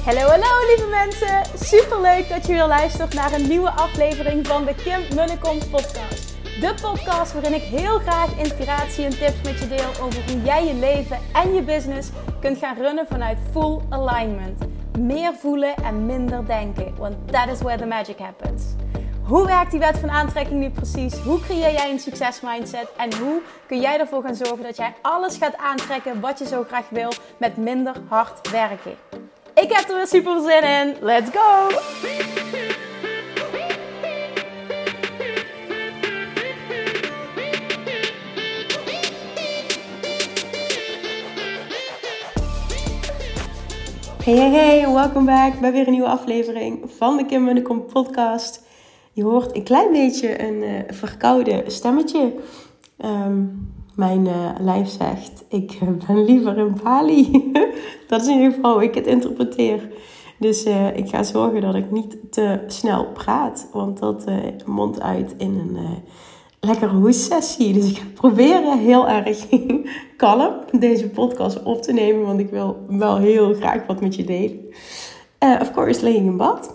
Hallo lieve mensen, superleuk dat je weer luistert naar een nieuwe aflevering van de Kim Munnekom podcast. De podcast waarin ik heel graag inspiratie en tips met je deel over hoe jij je leven en je business kunt gaan runnen vanuit full alignment. Meer voelen en minder denken, want that is where the magic happens. Hoe werkt die wet van aantrekking nu precies? Hoe creëer jij een succesmindset? En hoe kun jij ervoor gaan zorgen dat jij alles gaat aantrekken wat je zo graag wil met minder hard werken? Ik heb er weer super zin in. Let's go! Hey, welkom back bij weer een nieuwe aflevering van de Kim Munnekom podcast. Je hoort een klein beetje een verkouden stemmetje. Mijn lijf zegt, ik ben liever in Bali. Dat is in ieder geval hoe ik het interpreteer. Dus ik ga zorgen dat ik niet te snel praat. Want dat mondt uit in een lekkere hoestsessie. Dus ik ga proberen heel erg kalm deze podcast op te nemen. Want ik wil wel heel graag wat met je delen. Of course, laying in bad.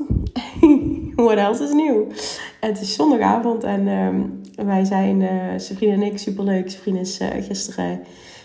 What else is new? Het is zondagavond en wij zijn, zijn vriend en ik, superleuk. Zijn vriend is gisteren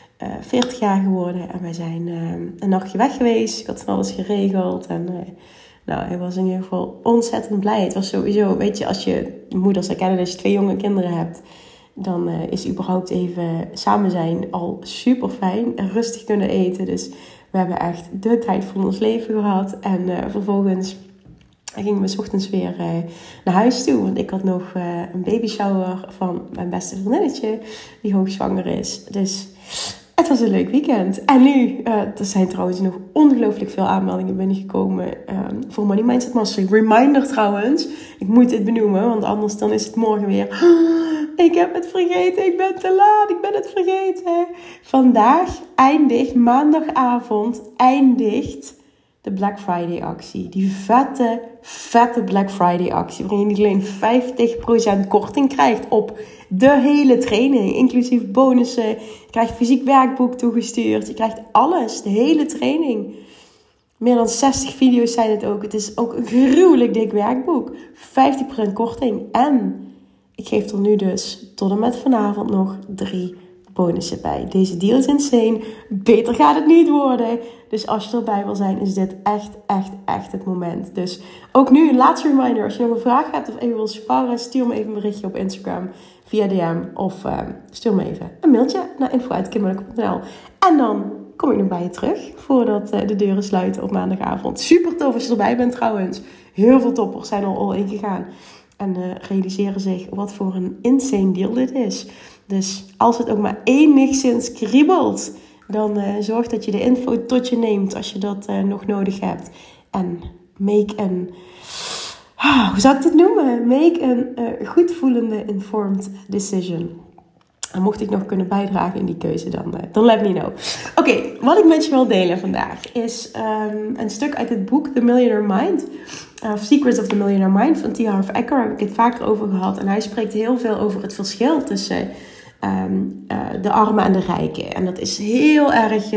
40 jaar geworden en wij zijn een nachtje weg geweest. Ik had van alles geregeld en hij was in ieder geval ontzettend blij. Het was sowieso, weet je, als je moeders herkennen, als je 2 jonge kinderen hebt, dan is überhaupt even samen zijn al super fijn en rustig kunnen eten. Dus we hebben echt de tijd van ons leven gehad en vervolgens gingen we 's ochtends weer naar huis toe. Want ik had nog een baby shower van mijn beste vriendinnetje. Die hoogzwanger is. Dus het was een leuk weekend. En nu, er zijn trouwens nog ongelooflijk veel aanmeldingen binnengekomen voor Money Mindset Mastery. Reminder trouwens. Ik moet dit benoemen. Want anders dan is het morgen weer. Ik heb het vergeten. Ik ben te laat. Ik ben het vergeten. Vandaag eindigt, maandagavond eindigt de Black Friday actie. Die vette Black Friday actie. Waarin je niet alleen 50% korting krijgt op de hele training. Inclusief bonussen. Je krijgt fysiek werkboek toegestuurd. Je krijgt alles. De hele training. Meer dan 60 video's zijn het ook. Het is ook een gruwelijk dik werkboek. 50% korting. En ik geef er nu dus tot en met vanavond nog 3 bonussen bij. Deze deal is insane. Beter gaat het niet worden. Dus als je erbij wil zijn, is dit echt het moment. Dus ook nu een laatste reminder. Als je nog een vraag hebt of even wil sparren, stuur me even een berichtje op Instagram via DM. Of stuur me even een mailtje naar info@kimmunnekom.nl. En dan kom ik nog bij je terug voordat de deuren sluiten op maandagavond. Super tof als je erbij bent trouwens. Heel veel toppers zijn al ingegaan. En realiseren zich wat voor een insane deal dit is. Dus als het ook maar enigszins kriebelt, dan zorg dat je de info tot je neemt als je dat nog nodig hebt. En make een, hoe zou ik dit noemen? Make een goed voelende informed decision. En mocht ik nog kunnen bijdragen in die keuze, dan let me know. Oké, wat ik met je wil delen vandaag is een stuk uit het boek The Millionaire Mind. Of Secrets of the Millionaire Mind van T. Harv Eker. Daar heb ik het vaker over gehad. En hij spreekt heel veel over het verschil tussen de armen en de rijken. En dat is heel erg...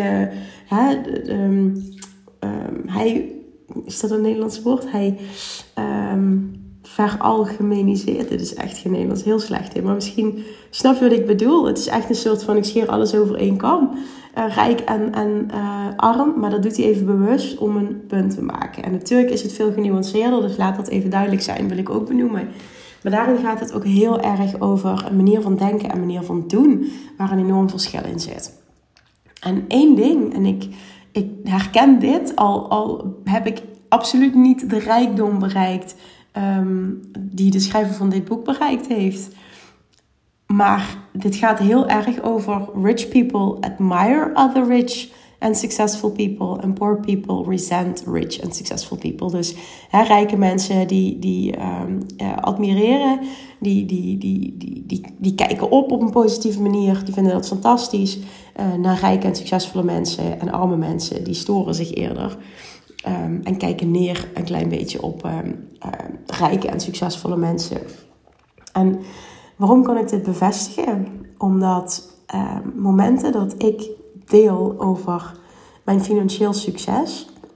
hij... Is dat een Nederlands woord? Hij veralgemeniseert. Dit is echt geen Nederlands. Heel slecht. Hè? Maar misschien snap je wat ik bedoel. Het is echt een soort van... Ik scheer alles over één kam. Rijk en arm. Maar dat doet hij even bewust om een punt te maken. En natuurlijk is het veel genuanceerder. Dus laat dat even duidelijk zijn. Wil ik ook benoemen. Maar daarin gaat het ook heel erg over een manier van denken en een manier van doen. Waar een enorm verschil in zit. En één ding. En ik herken dit. Al heb ik absoluut niet de rijkdom bereikt. Die de schrijver van dit boek bereikt heeft. Maar dit gaat heel erg over rich people admire other rich and successful people. And poor people resent rich and successful people. Dus rijke mensen die admireren, die kijken op een positieve manier. Die vinden dat fantastisch. Naar rijke en succesvolle mensen en arme mensen, die storen zich eerder. En kijken neer een klein beetje op rijke en succesvolle mensen. En waarom kan ik dit bevestigen? Omdat momenten dat ik deel over mijn financieel succes,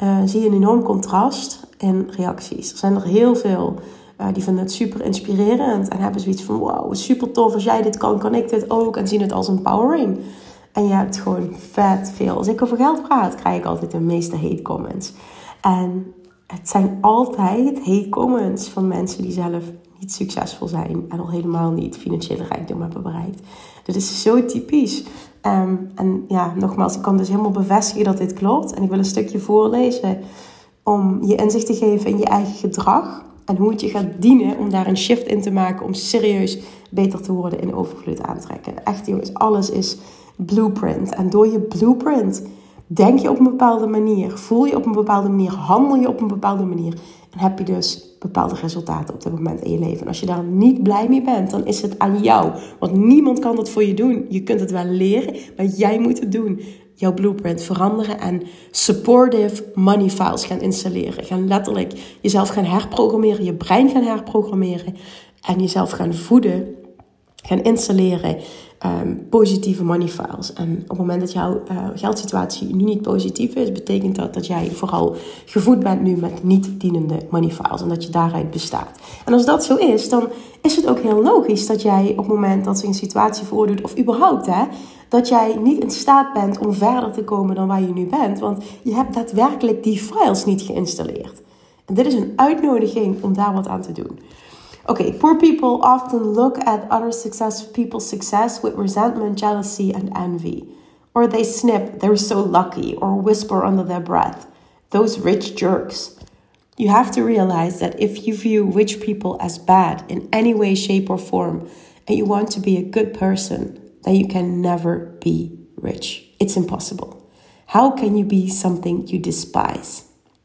zie je een enorm contrast in reacties. Er zijn er heel veel die vinden het super inspirerend en hebben zoiets van wow, super tof, als jij dit kan ik dit ook, en zien het als empowering. En je hebt gewoon vet veel. Als ik over geld praat, krijg ik altijd de meeste hate comments. En het zijn altijd hate comments van mensen die zelf niet succesvol zijn en al helemaal niet financiële rijkdom hebben bereikt. Dat is zo typisch. En ja, nogmaals, ik kan dus helemaal bevestigen dat dit klopt. En ik wil een stukje voorlezen om je inzicht te geven in je eigen gedrag. En hoe het je gaat dienen om daar een shift in te maken. Om serieus beter te worden in overvloed aantrekken. Echt jongens, alles is blueprint. En door je blueprint denk je op een bepaalde manier. Voel je op een bepaalde manier. Handel je op een bepaalde manier. En heb je dus bepaalde resultaten op dit moment in je leven. En als je daar niet blij mee bent, dan is het aan jou. Want niemand kan dat voor je doen. Je kunt het wel leren, maar jij moet het doen. Jouw blueprint veranderen en supportive money files gaan installeren. Gaan letterlijk jezelf gaan herprogrammeren, je brein gaan herprogrammeren. En jezelf gaan voeden, gaan installeren. Positieve money files. En op het moment dat jouw geldsituatie nu niet positief is, betekent dat jij vooral gevoed bent nu met niet dienende money files. En dat je daaruit bestaat. En als dat zo is, dan is het ook heel logisch dat jij op het moment dat je een situatie voordoet, of überhaupt dat jij niet in staat bent om verder te komen dan waar je nu bent. Want je hebt daadwerkelijk die files niet geïnstalleerd. En dit is een uitnodiging om daar wat aan te doen. Okay, poor people often look at other people's success with resentment, jealousy, and envy. Or they snip, they're so lucky, or whisper under their breath, those rich jerks. You have to realize that if you view rich people as bad in any way, shape, or form, and you want to be a good person, then you can never be rich. It's impossible. How can you be something you despise?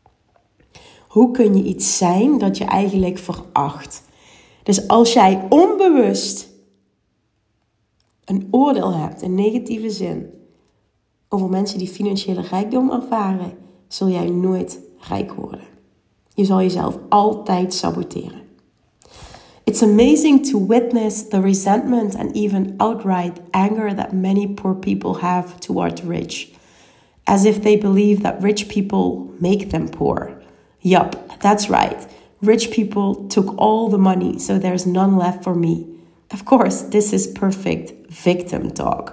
Hoe kun je iets zijn dat je eigenlijk veracht? Dus als jij onbewust een oordeel hebt, in negatieve zin, over mensen die financiële rijkdom ervaren, zul jij nooit rijk worden. Je zal jezelf altijd saboteren. It's amazing to witness the resentment and even outright anger that many poor people have toward the rich. As if they believe that rich people make them poor. Yup, that's right. Rich people took all the money, so there's none left for me. Of course, this is perfect victim talk.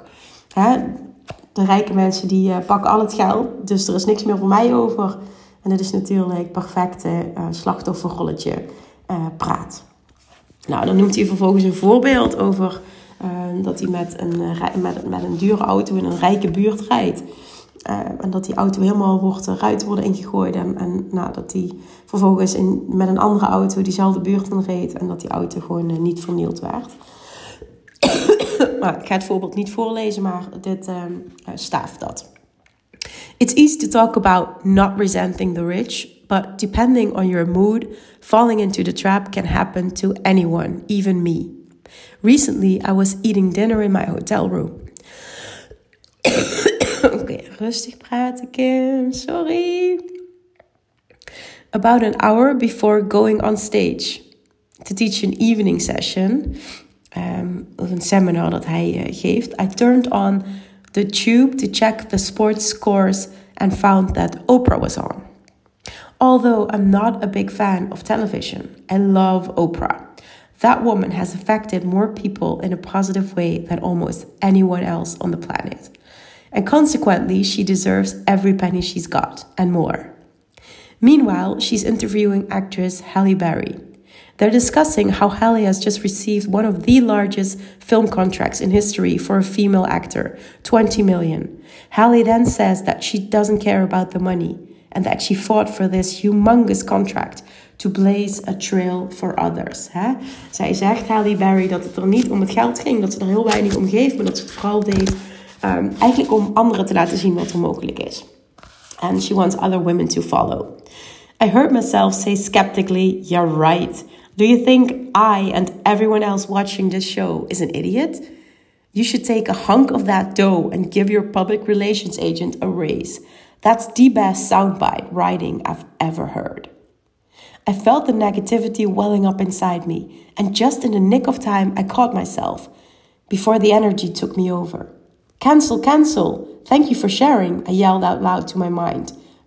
De rijke mensen die pakken al het geld, dus er is niks meer voor mij over. En dat is natuurlijk perfecte slachtofferrolletje praat. Nou, dan noemt hij vervolgens een voorbeeld over dat hij met een dure auto in een rijke buurt rijdt. En dat die auto helemaal ruiten worden ingegooid. En dat hij vervolgens met een andere auto diezelfde buurt in reed. En dat die auto gewoon niet vernield werd. Maar ik ga het voorbeeld niet voorlezen, maar dit staaft dat. It's easy to talk about not resenting the rich. But depending on your mood, falling into the trap can happen to anyone, even me. Recently, I was eating dinner in my hotel room. Oké, rustig praten, Kim. Sorry. About an hour before going on stage to teach an evening session, of een seminar dat hij geeft, I turned on the tube to check the sports scores and found that Oprah was on. Although I'm not a big fan of television, I love Oprah. That woman has affected more people in a positive way than almost anyone else on the planet. And consequently, she deserves every penny she's got, and more. Meanwhile, she's interviewing actress Halle Berry. They're discussing how Halle has just received one of the largest film contracts in history for a female actor, 20 million. Halle then says that she doesn't care about the money and that she fought for this humongous contract to blaze a trail for others. Zij zegt, Halle Berry, dat het er niet om het geld ging, dat ze er heel weinig om geeft, maar dat ze het vooral deed eigenlijk om anderen te laten zien wat er mogelijk is. And she wants other women to follow. I heard myself say skeptically, you're right. Do you think I and everyone else watching this show is an idiot? You should take a hunk of that dough and give your public relations agent a raise. That's the best soundbite writing I've ever heard. I felt the negativity welling up inside me, and just in the nick of time I caught myself, before the energy took me over. Cancel, cancel. Thank you for sharing, I yelled out loud to my mind.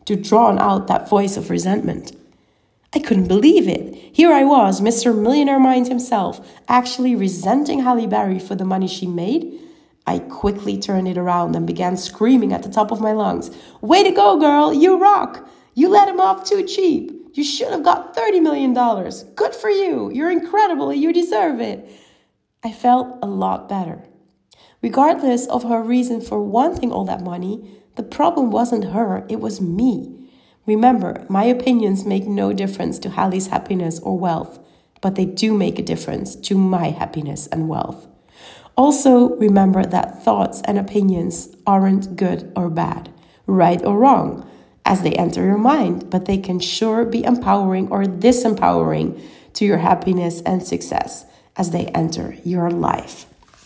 to drown out that voice of resentment. I couldn't believe it. Here I was, Mr. Millionaire Mind himself, actually resenting Halle Berry for the money she made. I quickly turned it around and began screaming at the top of my lungs. Way to go, girl. You rock. You let him off too cheap. You should have got $30 million. Good for you. You're incredible. You deserve it. I felt a lot better. Regardless of her reason for wanting all that money, the problem wasn't her, it was me. Remember, my opinions make no difference to Halle's happiness or wealth, but they do make a difference to my happiness and wealth. Also, remember that thoughts and opinions aren't good or bad, right or wrong, as they enter your mind, but they can sure be empowering or disempowering to your happiness and success as they enter your life.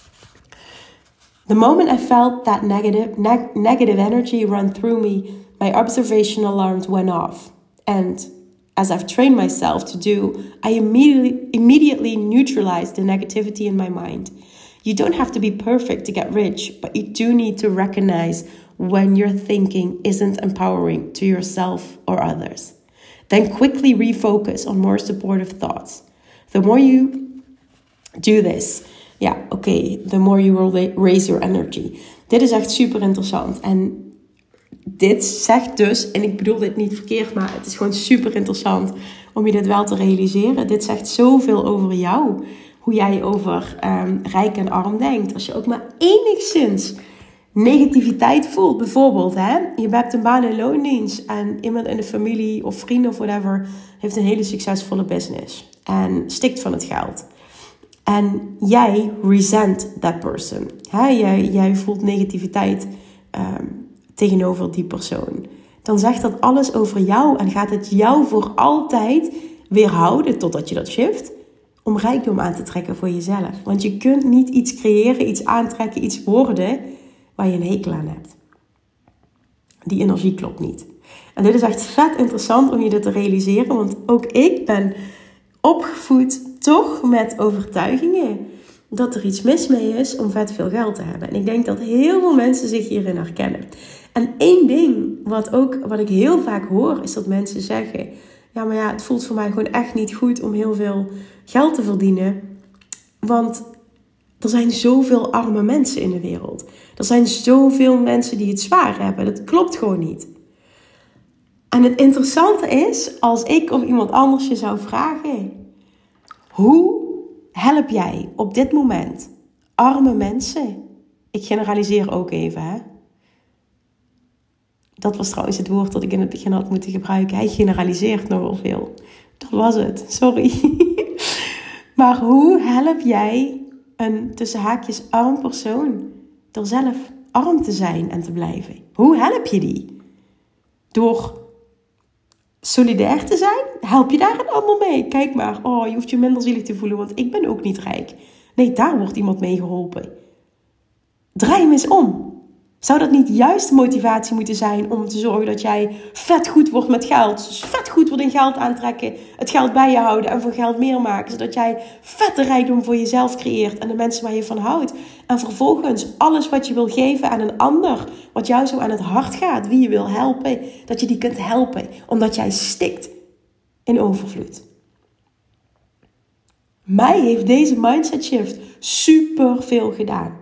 The moment I felt that negative energy run through me, my observation alarms went off. And as I've trained myself to do, I immediately neutralized the negativity in my mind. You don't have to be perfect to get rich, but you do need to recognize when your thinking isn't empowering to yourself or others. Then quickly refocus on more supportive thoughts. The more you do this, the more you will raise your energy. Dit is echt super interessant. En dit zegt dus, en ik bedoel dit niet verkeerd, maar het is gewoon super interessant om je dit wel te realiseren. Dit zegt zoveel over jou, hoe jij over rijk en arm denkt. Als je ook maar enigszins negativiteit voelt, bijvoorbeeld, je hebt een baan in loondienst en iemand in de familie of vrienden of whatever heeft een hele succesvolle business en stikt van het geld. En jij resent that person. Jij voelt negativiteit tegenover die persoon. Dan zegt dat alles over jou en gaat het jou voor altijd weerhouden, totdat je dat shift, om rijkdom aan te trekken voor jezelf. Want je kunt niet iets creëren, iets aantrekken, iets worden waar je een hekel aan hebt. Die energie klopt niet. En dit is echt vet interessant om je dit te realiseren, want ook ik ben opgevoed toch met overtuigingen dat er iets mis mee is om vet veel geld te hebben. En ik denk dat heel veel mensen zich hierin herkennen. En één ding wat ik heel vaak hoor, is dat mensen zeggen, het voelt voor mij gewoon echt niet goed om heel veel geld te verdienen. Want er zijn zoveel arme mensen in de wereld. Er zijn zoveel mensen die het zwaar hebben. Dat klopt gewoon niet. En het interessante is, als ik of iemand anders je zou vragen, hoe help jij op dit moment arme mensen? Ik generaliseer ook even, Dat was trouwens het woord dat ik in het begin had moeten gebruiken. Hij generaliseert nogal veel. Dat was het, sorry. Maar hoe help jij een tussen haakjes arm persoon door zelf arm te zijn en te blijven? Hoe help je die? Door solidair te zijn? Help je daar een ander mee? Kijk maar, je hoeft je minder zielig te voelen, want ik ben ook niet rijk. Nee, daar wordt iemand mee geholpen. Draai hem eens om. Zou dat niet juist de motivatie moeten zijn om te zorgen dat jij vet goed wordt met geld? Dus vet goed wordt in geld aantrekken, het geld bij je houden en voor geld meer maken. Zodat jij vette rijkdom voor jezelf creëert en de mensen waar je van houdt. En vervolgens alles wat je wil geven aan een ander, wat jou zo aan het hart gaat, wie je wil helpen, dat je die kunt helpen. Omdat jij stikt in overvloed. Mij heeft deze mindset shift super veel gedaan.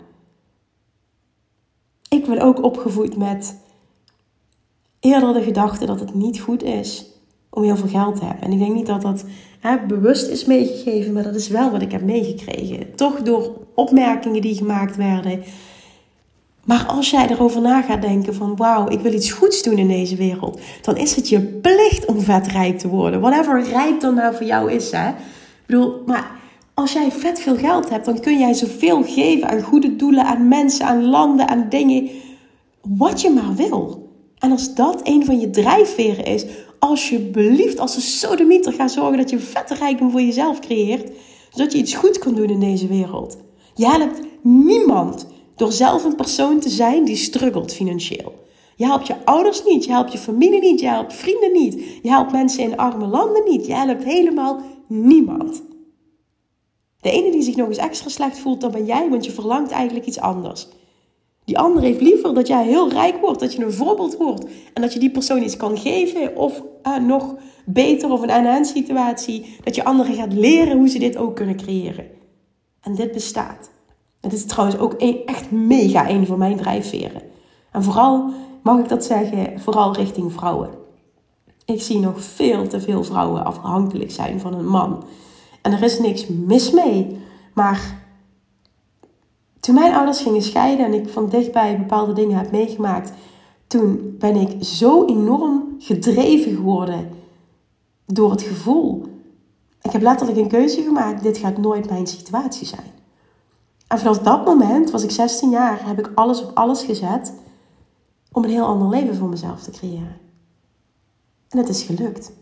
Ik ben ook opgevoed met eerder de gedachte dat het niet goed is om heel veel geld te hebben. En ik denk niet dat dat bewust is meegegeven, maar dat is wel wat ik heb meegekregen. Toch door opmerkingen die gemaakt werden. Maar als jij erover na gaat denken van wauw, ik wil iets goeds doen in deze wereld, dan is het je plicht om vet rijk te worden. Whatever rijk dan nou voor jou is, Ik bedoel, maar als jij vet veel geld hebt, dan kun jij zoveel geven aan goede doelen, aan mensen, aan landen, aan dingen. Wat je maar wil. En als dat een van je drijfveren is, alsjeblieft, als een sodemieter, ga zorgen dat je vette rijkdom voor jezelf creëert, zodat je iets goed kan doen in deze wereld. Je helpt niemand door zelf een persoon te zijn die struggelt financieel. Je helpt je ouders niet, je helpt je familie niet, je helpt vrienden niet. Je helpt mensen in arme landen niet. Je helpt helemaal niemand. De ene die zich nog eens extra slecht voelt, dan ben jij, want je verlangt eigenlijk iets anders. Die ander heeft liever dat jij heel rijk wordt, dat je een voorbeeld wordt. En dat je die persoon iets kan geven of nog beter of een end-to-end situatie. Dat je anderen gaat leren hoe ze dit ook kunnen creëren. En dit bestaat. Het is trouwens ook echt mega een van mijn drijfveren. En vooral, mag ik dat zeggen, vooral richting vrouwen. Ik zie nog veel te veel vrouwen afhankelijk zijn van een man. En er is niks mis mee. Maar toen mijn ouders gingen scheiden en ik van dichtbij bepaalde dingen heb meegemaakt, toen ben ik zo enorm gedreven geworden door het gevoel. Ik heb letterlijk een keuze gemaakt, dit gaat nooit mijn situatie zijn. En vanaf dat moment, was ik 16 jaar, heb ik alles op alles gezet om een heel ander leven voor mezelf te creëren. En het is gelukt.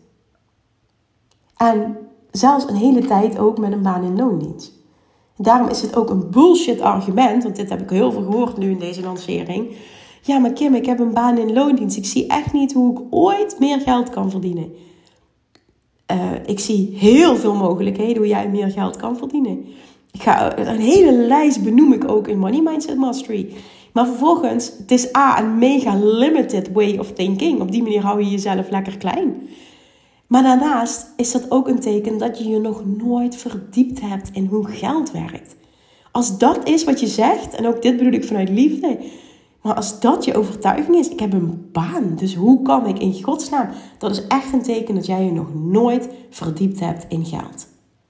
En zelfs een hele tijd ook met een baan in loondienst. Daarom is het ook een bullshit argument, want dit heb ik heel veel gehoord nu in deze lancering. Ja, maar Kim, ik heb een baan in loondienst. Ik zie echt niet hoe ik ooit meer geld kan verdienen. Ik zie heel veel mogelijkheden hoe jij meer geld kan verdienen. Een hele lijst benoem ik ook in Money Mindset Mastery. Maar vervolgens, het is een mega limited way of thinking. Op die manier hou je jezelf lekker klein. Maar daarnaast is dat ook een teken dat je je nog nooit verdiept hebt in hoe geld werkt. Als dat is wat je zegt, en ook dit bedoel ik vanuit liefde. Maar als dat je overtuiging is, ik heb een baan, dus hoe kan ik in godsnaam? Dat is echt een teken dat jij je nog nooit verdiept hebt in geld.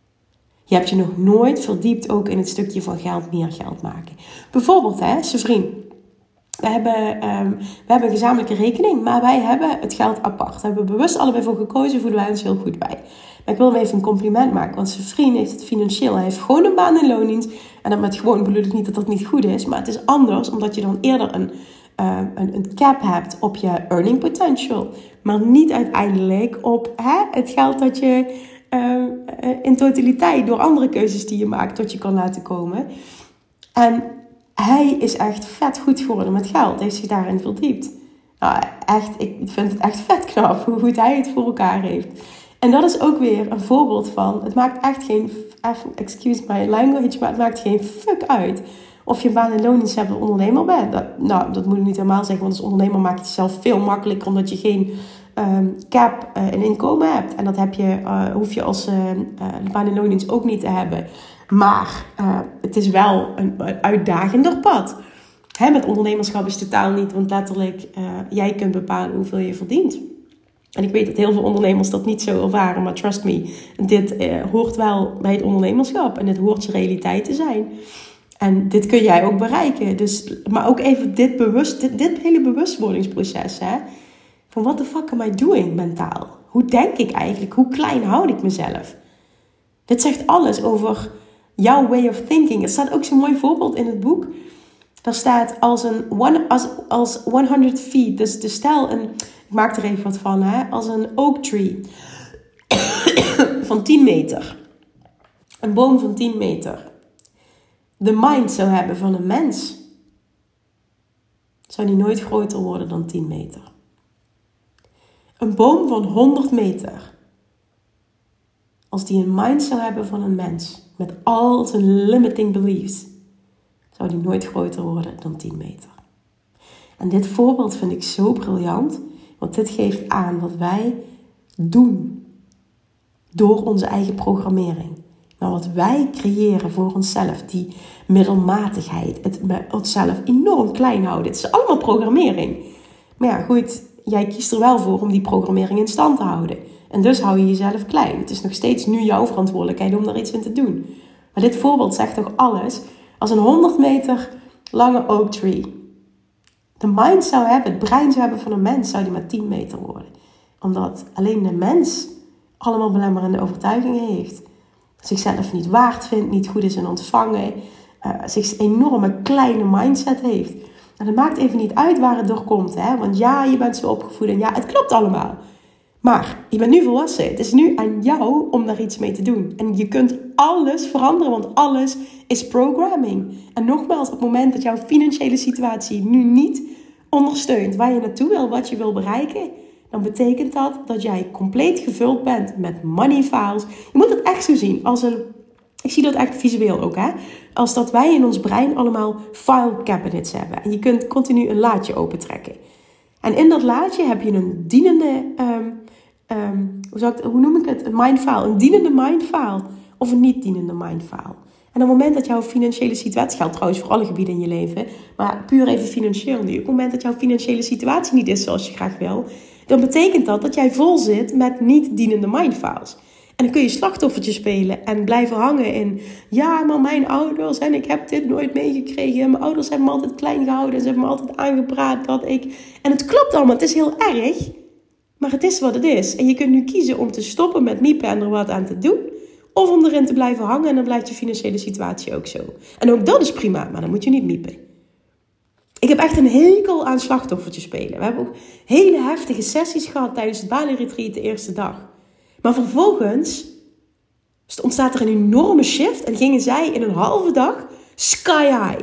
Je hebt je nog nooit verdiept ook in het stukje van geld, meer geld maken. Bijvoorbeeld, Severien. We hebben een gezamenlijke rekening, maar wij hebben het geld apart. Daar hebben we bewust allebei voor gekozen, voelen wij ons heel goed bij. Maar ik wil hem even een compliment maken, want zijn vriend heeft het financieel. Hij heeft gewoon een baan in loondienst. En dat met gewoon bedoel ik niet dat dat niet goed is, maar het is anders, omdat je dan eerder een cap hebt op je earning potential. Maar niet uiteindelijk op het geld dat je in totaliteit door andere keuzes die je maakt tot je kan laten komen. En hij is echt vet goed geworden met geld. Hij heeft zich daarin verdiept. Nou, echt, ik vind het echt vet knap hoe goed hij het voor elkaar heeft. En dat is ook weer een voorbeeld van, het maakt echt geen, excuse my language, maar het maakt geen fuck uit of je een baan in loondienst hebt of ondernemer bent. Dat moet ik niet helemaal zeggen, want als ondernemer maak je het zelf veel makkelijker omdat je geen cap een inkomen hebt. En dat hoef je als baan in loondienst ook niet te hebben. Maar het is wel een uitdagender pad. Met ondernemerschap is het totaal niet, want letterlijk jij kunt bepalen hoeveel je verdient. En ik weet dat heel veel ondernemers dat niet zo ervaren, maar trust me, dit hoort wel bij het ondernemerschap en dit hoort je realiteit te zijn. En dit kun jij ook bereiken. Dus, maar ook even dit hele bewustwordingsproces. Van what the fuck am I doing mentaal? Hoe denk ik eigenlijk? Hoe klein houd ik mezelf? Dit zegt alles over jouw way of thinking. Er staat ook zo'n mooi voorbeeld in het boek. Daar staat als 100 feet. Dus stel ik maak er even wat van. Als een oak tree. Van 10 meter. Een boom van 10 meter. De mind zou hebben van een mens. Zou die nooit groter worden dan 10 meter. Een boom van 100 meter. Als die een mind zou hebben van een mens. Met al zijn limiting beliefs. Zou die nooit groter worden dan 10 meter. En dit voorbeeld vind ik zo briljant. Want dit geeft aan wat wij doen. Door onze eigen programmering. Maar wat wij creëren voor onszelf. Die middelmatigheid. Het onszelf enorm klein houden. Het is allemaal programmering. Maar ja, goed. Jij kiest er wel voor om die programmering in stand te houden. En dus hou je jezelf klein. Het is nog steeds nu jouw verantwoordelijkheid om daar iets in te doen. Maar dit voorbeeld zegt toch alles. Als een 100 meter lange oak tree de mind zou hebben, het brein zou hebben van een mens, zou die maar 10 meter worden. Omdat alleen de mens allemaal belemmerende overtuigingen heeft. Zichzelf niet waard vindt, niet goed is in ontvangen. Zich een enorme kleine mindset heeft. En het maakt even niet uit waar het door komt. Want ja, je bent zo opgevoed en ja, het klopt allemaal. Maar je bent nu volwassen. Het is nu aan jou om daar iets mee te doen. En je kunt alles veranderen, want alles is programming. En nogmaals, op het moment dat jouw financiële situatie nu niet ondersteunt waar je naartoe wil, wat je wil bereiken, dan betekent dat jij compleet gevuld bent met money files. Je moet het echt zo zien als Ik zie dat echt visueel ook, hè. Als dat wij in ons brein allemaal file cabinets hebben. En je kunt continu een laadje opentrekken. En in dat laadje heb je een dienende, hoe noem ik het? Een mindfile. Een dienende mindfile. Of een niet dienende mindfile. En op het moment dat jouw financiële situatie, geldt trouwens voor alle gebieden in je leven, maar puur even financieel nu. Op het moment dat jouw financiële situatie niet is zoals je graag wil, dan betekent dat jij vol zit met niet dienende mindfiles. En dan kun je slachtoffertje spelen en blijven hangen in, ja, maar mijn ouders en ik heb dit nooit meegekregen. Mijn ouders hebben me altijd klein gehouden en ze hebben me altijd aangepraat dat ik... En het klopt allemaal, het is heel erg, maar het is wat het is. En je kunt nu kiezen om te stoppen met miepen en er wat aan te doen. Of om erin te blijven hangen en dan blijft je financiële situatie ook zo. En ook dat is prima, maar dan moet je niet miepen. Ik heb echt een hekel aan slachtoffertje spelen. We hebben ook hele heftige sessies gehad tijdens het Bali-retreat de eerste dag. Maar vervolgens ontstaat er een enorme shift en gingen zij in een halve dag sky high.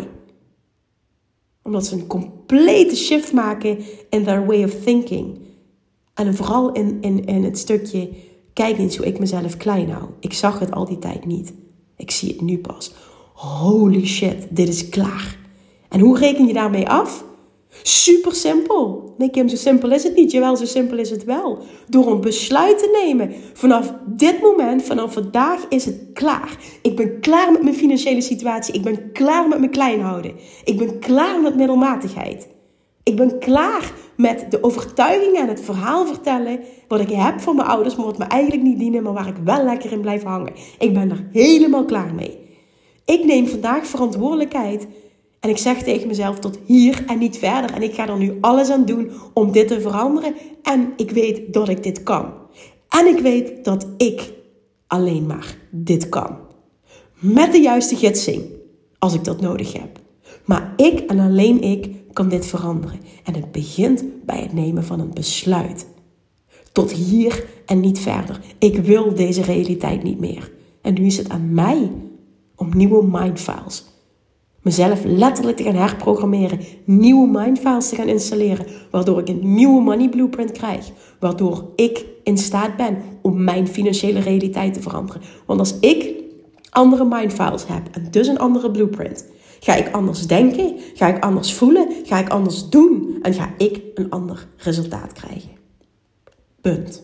Omdat ze een complete shift maken in their way of thinking. En vooral in het stukje, kijk eens hoe ik mezelf klein hou. Ik zag het al die tijd niet. Ik zie het nu pas. Holy shit, dit is klaar. En hoe reken je daarmee af? Super simpel. Nee Kim, zo simpel is het niet. Jawel, zo simpel is het wel. Door een besluit te nemen. Vanaf dit moment, vanaf vandaag is het klaar. Ik ben klaar met mijn financiële situatie. Ik ben klaar met mijn klein houden. Ik ben klaar met middelmatigheid. Ik ben klaar met de overtuiging en het verhaal vertellen wat ik heb voor mijn ouders, maar wat me eigenlijk niet dienen, maar waar ik wel lekker in blijf hangen. Ik ben er helemaal klaar mee. Ik neem vandaag verantwoordelijkheid en ik zeg tegen mezelf tot hier en niet verder. En ik ga er nu alles aan doen om dit te veranderen. En ik weet dat ik dit kan. En ik weet dat ik alleen maar dit kan. Met de juiste gidsing, als ik dat nodig heb. Maar ik en alleen ik kan dit veranderen. En het begint bij het nemen van een besluit. Tot hier en niet verder. Ik wil deze realiteit niet meer. En nu is het aan mij om nieuwe mindfiles, mezelf letterlijk te gaan herprogrammeren. Nieuwe mindfiles te gaan installeren. Waardoor ik een nieuwe money blueprint krijg. Waardoor ik in staat ben om mijn financiële realiteit te veranderen. Want als ik andere mindfiles heb en dus een andere blueprint, ga ik anders denken, ga ik anders voelen, ga ik anders doen en ga ik een ander resultaat krijgen. Punt.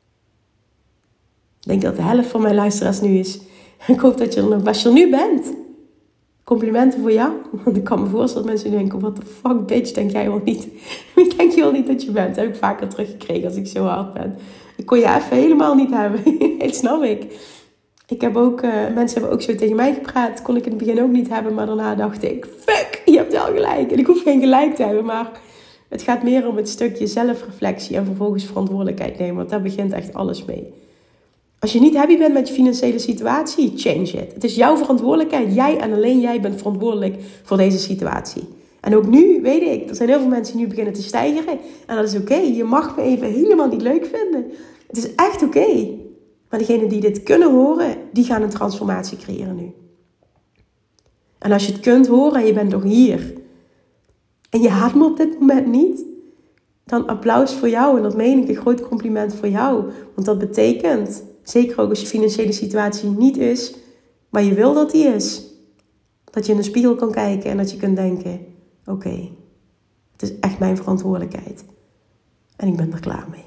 Ik denk dat de helft van mijn luisteraars nu is. Ik hoop dat je er nog best nu bent. Complimenten voor jou. Want ik kan me voorstellen dat mensen denken, what the fuck bitch, denk jij wel niet. Wie denk je wel niet dat je bent? Dat heb ik vaker teruggekregen als ik zo hard ben. Ik kon je even helemaal niet hebben. Dat snap ik. Ik heb ook, mensen hebben ook zo tegen mij gepraat. Kon ik in het begin ook niet hebben. Maar daarna dacht ik, fuck, je hebt wel gelijk. En ik hoef geen gelijk te hebben. Maar het gaat meer om het stukje zelfreflectie. En vervolgens verantwoordelijkheid nemen. Want daar begint echt alles mee. Als je niet happy bent met je financiële situatie, change it. Het is jouw verantwoordelijkheid. Jij en alleen jij bent verantwoordelijk voor deze situatie. En ook nu, weet ik, er zijn heel veel mensen die nu beginnen te steigeren. En dat is oké. Je mag me even helemaal niet leuk vinden. Het is echt oké. Maar degenen die dit kunnen horen, die gaan een transformatie creëren nu. En als je het kunt horen en je bent nog hier. En je haat me op dit moment niet. Dan applaus voor jou. En dat meen ik, een groot compliment voor jou. Want dat betekent, zeker ook als je financiële situatie niet is, maar je wil dat die is. Dat je in de spiegel kan kijken en dat je kunt denken, oké, het is echt mijn verantwoordelijkheid. En ik ben er klaar mee.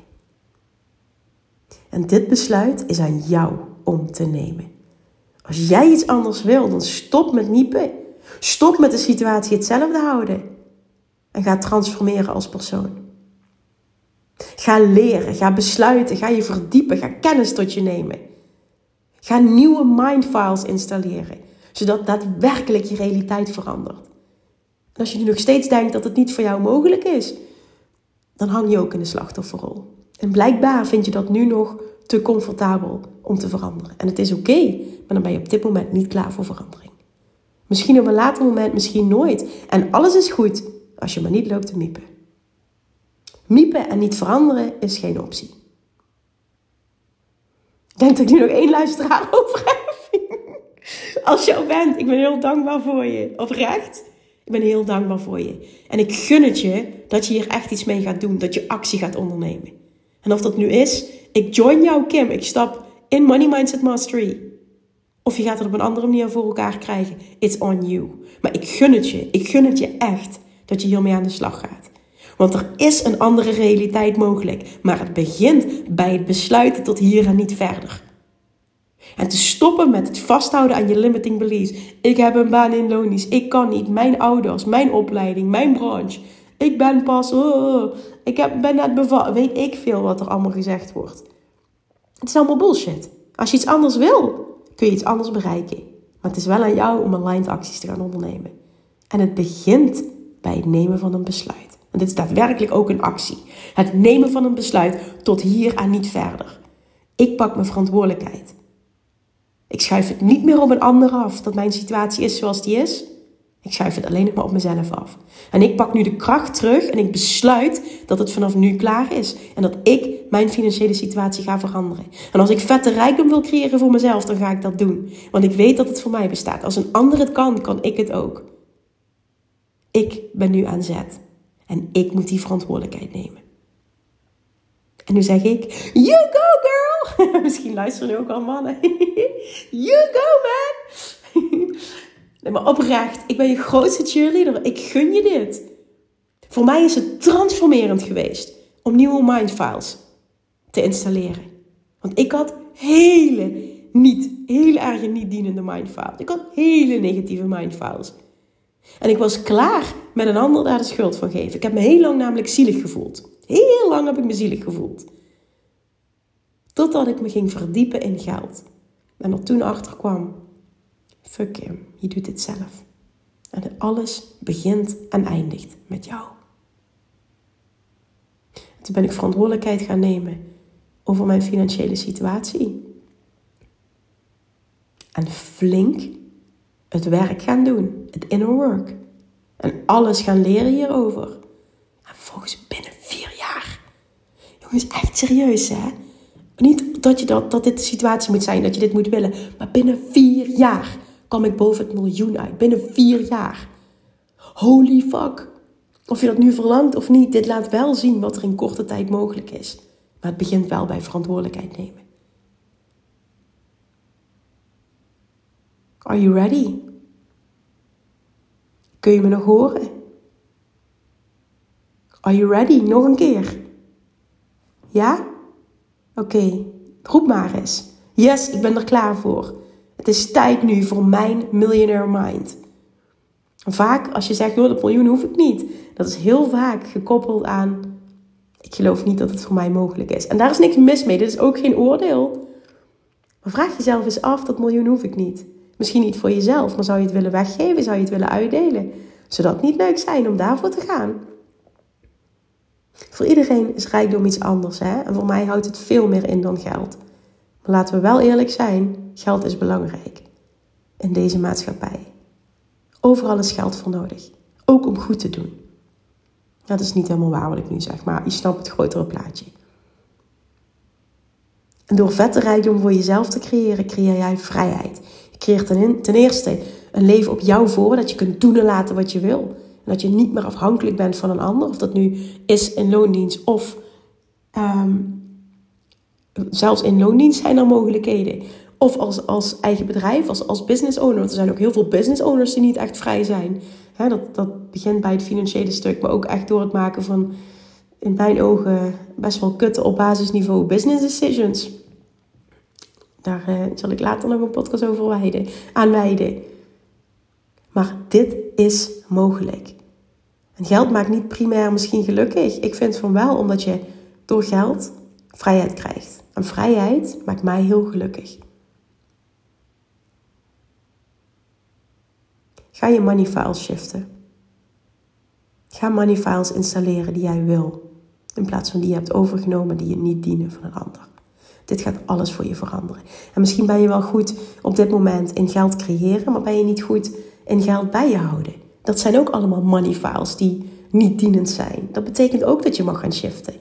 En dit besluit is aan jou om te nemen. Als jij iets anders wil, dan stop met niepen. Stop met de situatie hetzelfde houden. En ga transformeren als persoon. Ga leren, ga besluiten, ga je verdiepen, ga kennis tot je nemen. Ga nieuwe mindfiles installeren, zodat daadwerkelijk je realiteit verandert. En als je nu nog steeds denkt dat het niet voor jou mogelijk is, dan hang je ook in de slachtofferrol. En blijkbaar vind je dat nu nog te comfortabel om te veranderen. En het is oké, maar dan ben je op dit moment niet klaar voor verandering. Misschien op een later moment, misschien nooit. En alles is goed als je maar niet loopt te miepen. Miepen en niet veranderen is geen optie. Ik denk dat ik nu nog 1 luisteraar over heb. Als je al bent, ik ben heel dankbaar voor je. Oprecht, ik ben heel dankbaar voor je. En ik gun het je dat je hier echt iets mee gaat doen. Dat je actie gaat ondernemen. En of dat nu is, ik join jou Kim. Ik stap in Money Mindset Mastery. Of je gaat het op een andere manier voor elkaar krijgen. It's on you. Maar ik gun het je. Ik gun het je echt dat je hiermee aan de slag gaat. Want er is een andere realiteit mogelijk. Maar het begint bij het besluiten tot hier en niet verder. En te stoppen met het vasthouden aan je limiting beliefs. Ik heb een baan in loondienst. Ik kan niet. Mijn ouders, mijn opleiding, mijn branche. Ik ben pas... ben net bevallen. Weet ik veel wat er allemaal gezegd wordt. Het is allemaal bullshit. Als je iets anders wil, kun je iets anders bereiken. Maar het is wel aan jou om aligned acties te gaan ondernemen. En het begint bij het nemen van een besluit. En dit is daadwerkelijk ook een actie. Het nemen van een besluit tot hier en niet verder. Ik pak mijn verantwoordelijkheid. Ik schuif het niet meer op een ander af dat mijn situatie is zoals die is. Ik schuif het alleen nog maar op mezelf af. En ik pak nu de kracht terug en ik besluit dat het vanaf nu klaar is. En dat ik mijn financiële situatie ga veranderen. En als ik vette rijkdom wil creëren voor mezelf, dan ga ik dat doen. Want ik weet dat het voor mij bestaat. Als een ander het kan, kan ik het ook. Ik ben nu aan zet. En ik moet die verantwoordelijkheid nemen. En nu zeg ik, you go girl! Misschien luisteren nu ook al mannen. You go man! Nee, maar oprecht, ik ben je grootste cheerleader. Ik gun je dit. Voor mij is het transformerend geweest om nieuwe mindfiles te installeren. Want ik had hele erg niet dienende mindfiles. Ik had hele negatieve mindfiles. En ik was klaar met een ander daar de schuld van geven. Ik heb me heel lang namelijk zielig gevoeld. Heel lang heb ik me zielig gevoeld. Totdat ik me ging verdiepen in geld. En er toen achter kwam, fuck Kim, je doet dit zelf. En alles begint en eindigt met jou. En toen ben ik verantwoordelijkheid gaan nemen over mijn financiële situatie. En flink het werk gaan doen. Het inner work. En alles gaan leren hierover. En volgens binnen 4 jaar. Jongens, echt serieus hè. Niet dat dit de situatie moet zijn, dat je dit moet willen. Maar binnen 4 jaar kwam ik boven het miljoen uit. Binnen 4 jaar. Holy fuck. Of je dat nu verlangt of niet, dit laat wel zien wat er in korte tijd mogelijk is. Maar het begint wel bij verantwoordelijkheid nemen. Are you ready? Kun je me nog horen? Are you ready? Nog een keer. Ja? Oké, roep maar eens. Yes, ik ben er klaar voor. Het is tijd nu voor mijn millionaire mind. Vaak als je zegt, dat miljoen hoef ik niet. Dat is heel vaak gekoppeld aan, ik geloof niet dat het voor mij mogelijk is. En daar is niks mis mee, dit is ook geen oordeel. Maar vraag jezelf eens af, dat miljoen hoef ik niet. Misschien niet voor jezelf, maar zou je het willen weggeven? Zou je het willen uitdelen? Zou dat niet leuk zijn om daarvoor te gaan? Voor iedereen is rijkdom iets anders. Hè? En voor mij houdt het veel meer in dan geld. Maar laten we wel eerlijk zijn. Geld is belangrijk. In deze maatschappij. Overal is geld voor nodig. Ook om goed te doen. Dat is niet helemaal waar wat ik nu zeg. Maar je snapt het grotere plaatje. En door vette rijkdom voor jezelf te creëren, creëer jij vrijheid. Je creëert ten eerste een leven op jou voor. Dat je kunt doen en laten wat je wil. En dat je niet meer afhankelijk bent van een ander. Of dat nu is in loondienst of zelfs in loondienst zijn er mogelijkheden. Of als eigen bedrijf, als business owner. Want er zijn ook heel veel business owners die niet echt vrij zijn. Dat begint bij het financiële stuk. Maar ook echt door het maken van, in mijn ogen, best wel kutte op basisniveau business decisions. Daar zal ik later nog een podcast over aanwijden. Maar dit is mogelijk. En geld maakt niet primair misschien gelukkig. Ik vind van wel, omdat je door geld vrijheid krijgt. En vrijheid maakt mij heel gelukkig. Ga je money files shiften. Ga money files installeren die jij wil. In plaats van die je hebt overgenomen die je niet dienen van een ander. Dit gaat alles voor je veranderen. En misschien ben je wel goed op dit moment in geld creëren, maar ben je niet goed in geld bij je houden. Dat zijn ook allemaal money files die niet dienend zijn. Dat betekent ook dat je mag gaan shiften.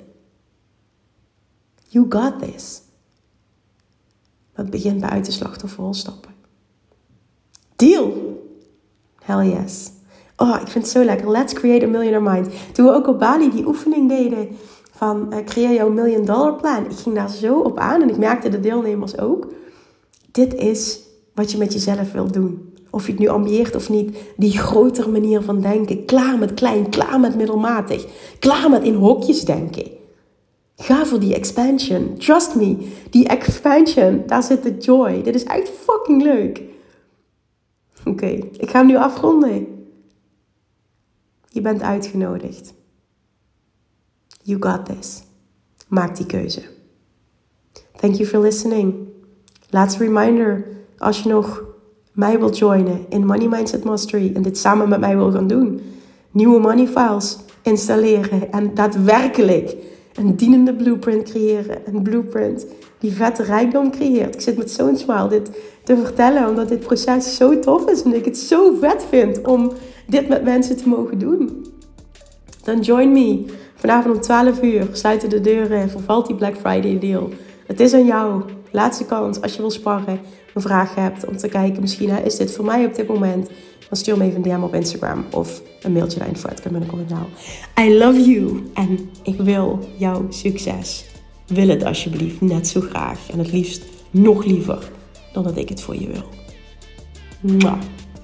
You got this. Dat begint bij uit de slachtofferrol stappen. Deal! Hell yes. Oh, ik vind het zo lekker. Let's create a millionaire mind. Toen we ook op Bali die oefening deden van creëer jouw $1 million plan. Ik ging daar zo op aan en ik merkte de deelnemers ook. Dit is wat je met jezelf wilt doen. Of je het nu ambieert of niet. Die grotere manier van denken. Klaar met klein, klaar met middelmatig. Klaar met in hokjes denken. Ga voor die expansion. Trust me. Die expansion, daar zit de joy. Dit is echt fucking leuk. Oké, ik ga hem nu afronden. Je bent uitgenodigd. You got this. Maak die keuze. Thank you for listening. Laatste reminder. Als je nog mij wilt joinen in Money Mindset Mastery en dit samen met mij wil gaan doen. Nieuwe money files installeren en daadwerkelijk een dienende blueprint creëren. Een blueprint die vette rijkdom creëert. Ik zit met zo'n smile dit te vertellen omdat dit proces zo tof is en ik het zo vet vind om dit met mensen te mogen doen. Dan join me. Vanavond om 12 uur sluiten de deuren, vervalt die Black Friday deal. Het is aan jou. Laatste kans als je wil sparren, een vraag hebt om te kijken, misschien is dit voor mij op dit moment. Dan stuur me even een DM op Instagram of een mailtje naar info@kimmunnekom.nl. I love you en ik wil jouw succes. Wil het alsjeblieft net zo graag en het liefst nog liever dan dat ik het voor je wil. Mwah.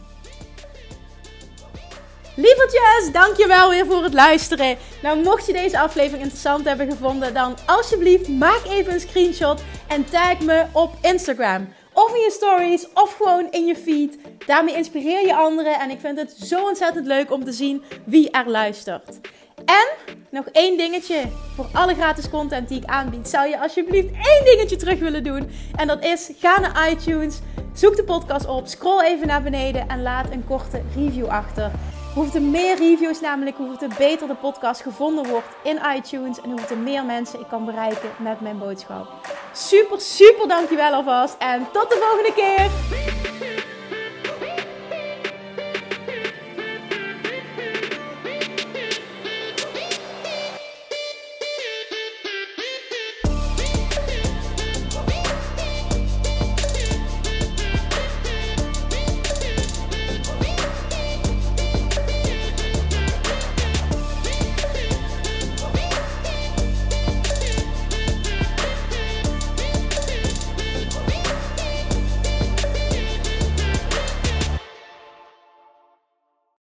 Lievertjes, dankjewel weer voor het luisteren. Nou, mocht je deze aflevering interessant hebben gevonden, dan alsjeblieft maak even een screenshot en tag me op Instagram. Of in je stories, of gewoon in je feed. Daarmee inspireer je anderen en ik vind het zo ontzettend leuk om te zien wie er luistert. En nog één dingetje. Voor alle gratis content die ik aanbied, zou je alsjeblieft één dingetje terug willen doen. En dat is, ga naar iTunes, zoek de podcast op, scroll even naar beneden en laat een korte review achter. Hoeveel meer reviews namelijk, hoeveel beter de podcast gevonden wordt in iTunes. En hoeveel meer mensen ik kan bereiken met mijn boodschap. Super, super dankjewel alvast. En tot de volgende keer.